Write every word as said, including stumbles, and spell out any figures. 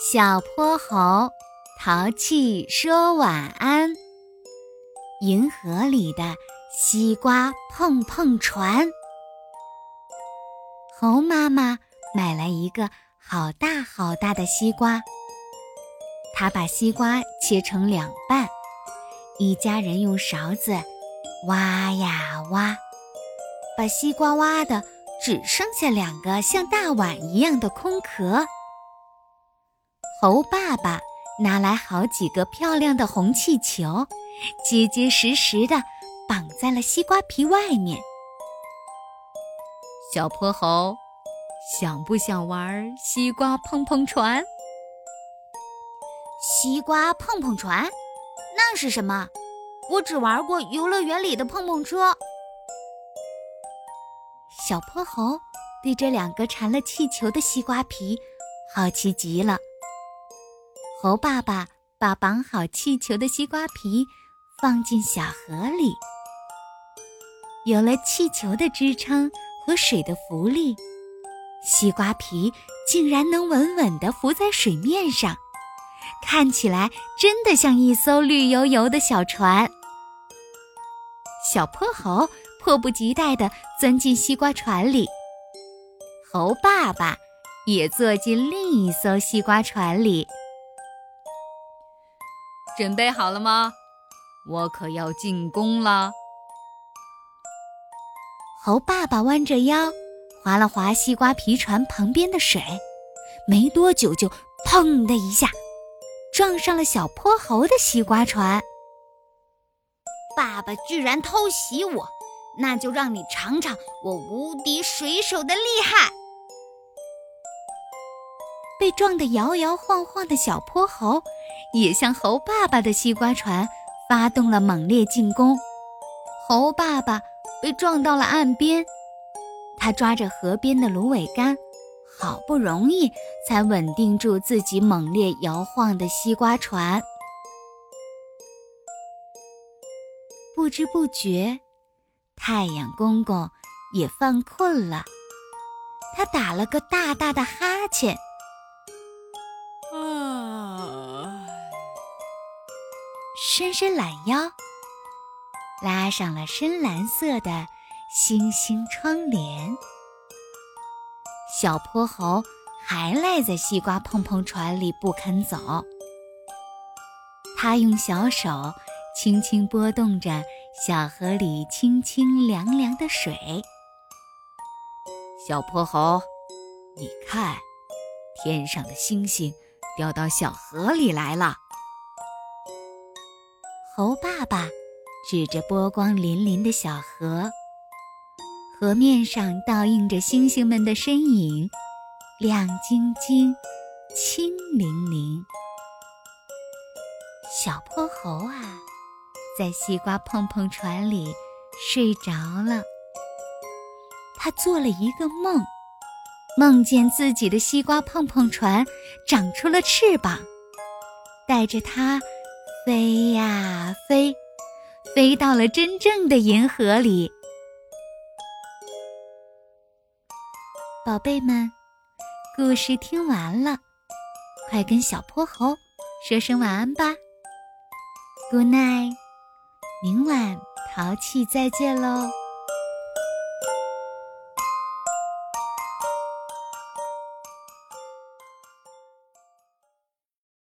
小泼猴淘气说晚安。银河里的西瓜碰碰船。猴妈妈买来一个好大好大的西瓜，她把西瓜切成两半，一家人用勺子挖呀挖，把西瓜挖的只剩下两个像大碗一样的空壳。猴爸爸拿来好几个漂亮的红气球，结结实实地绑在了西瓜皮外面。小泼猴，想不想玩西瓜碰碰船？ 西瓜碰碰船？那是什么？我只玩过游乐园里的碰碰车。 小泼猴对这两个缠了气球的西瓜皮好奇极了。猴爸爸把绑好气球的西瓜皮放进小河里，有了气球的支撑和水的浮力，西瓜皮竟然能稳稳地浮在水面上，看起来真的像一艘绿油油的小船。小泼猴迫不及待地钻进西瓜船里，猴爸爸也坐进另一艘西瓜船里。准备好了吗？我可要进攻了。猴爸爸弯着腰划了划西瓜皮船旁边的水，没多久就砰的一下撞上了小泼猴的西瓜船。 爸爸居然偷袭我，那就让你尝尝我无敌水手的厉害。 被撞得摇摇晃晃的小泼猴也向猴爸爸的西瓜船发动了猛烈进攻。猴爸爸被撞到了岸边，他抓着河边的芦苇杆，好不容易才稳定住自己猛烈摇晃的西瓜船。不知不觉，太阳公公也犯困了，他打了个大大的哈欠。伸伸懒腰，拉上了深蓝色的星星窗帘。小泼猴还赖在西瓜碰碰船里不肯走，他用小手轻轻拨动着小河里清清凉凉的水。小泼猴，你看，天上的星星掉到小河里来了。猴爸爸指着波光粼粼的小河，河面上倒映着星星们的身影，亮晶晶，清灵灵。小泼猴啊，在西瓜碰碰船里睡着了。他做了一个梦，梦见自己的西瓜碰碰船长出了翅膀，带着它飞呀飞，飞到了真正的银河里。宝贝们，故事听完了，快跟小泼猴说声晚安吧。Good night， 明晚淘气再见喽。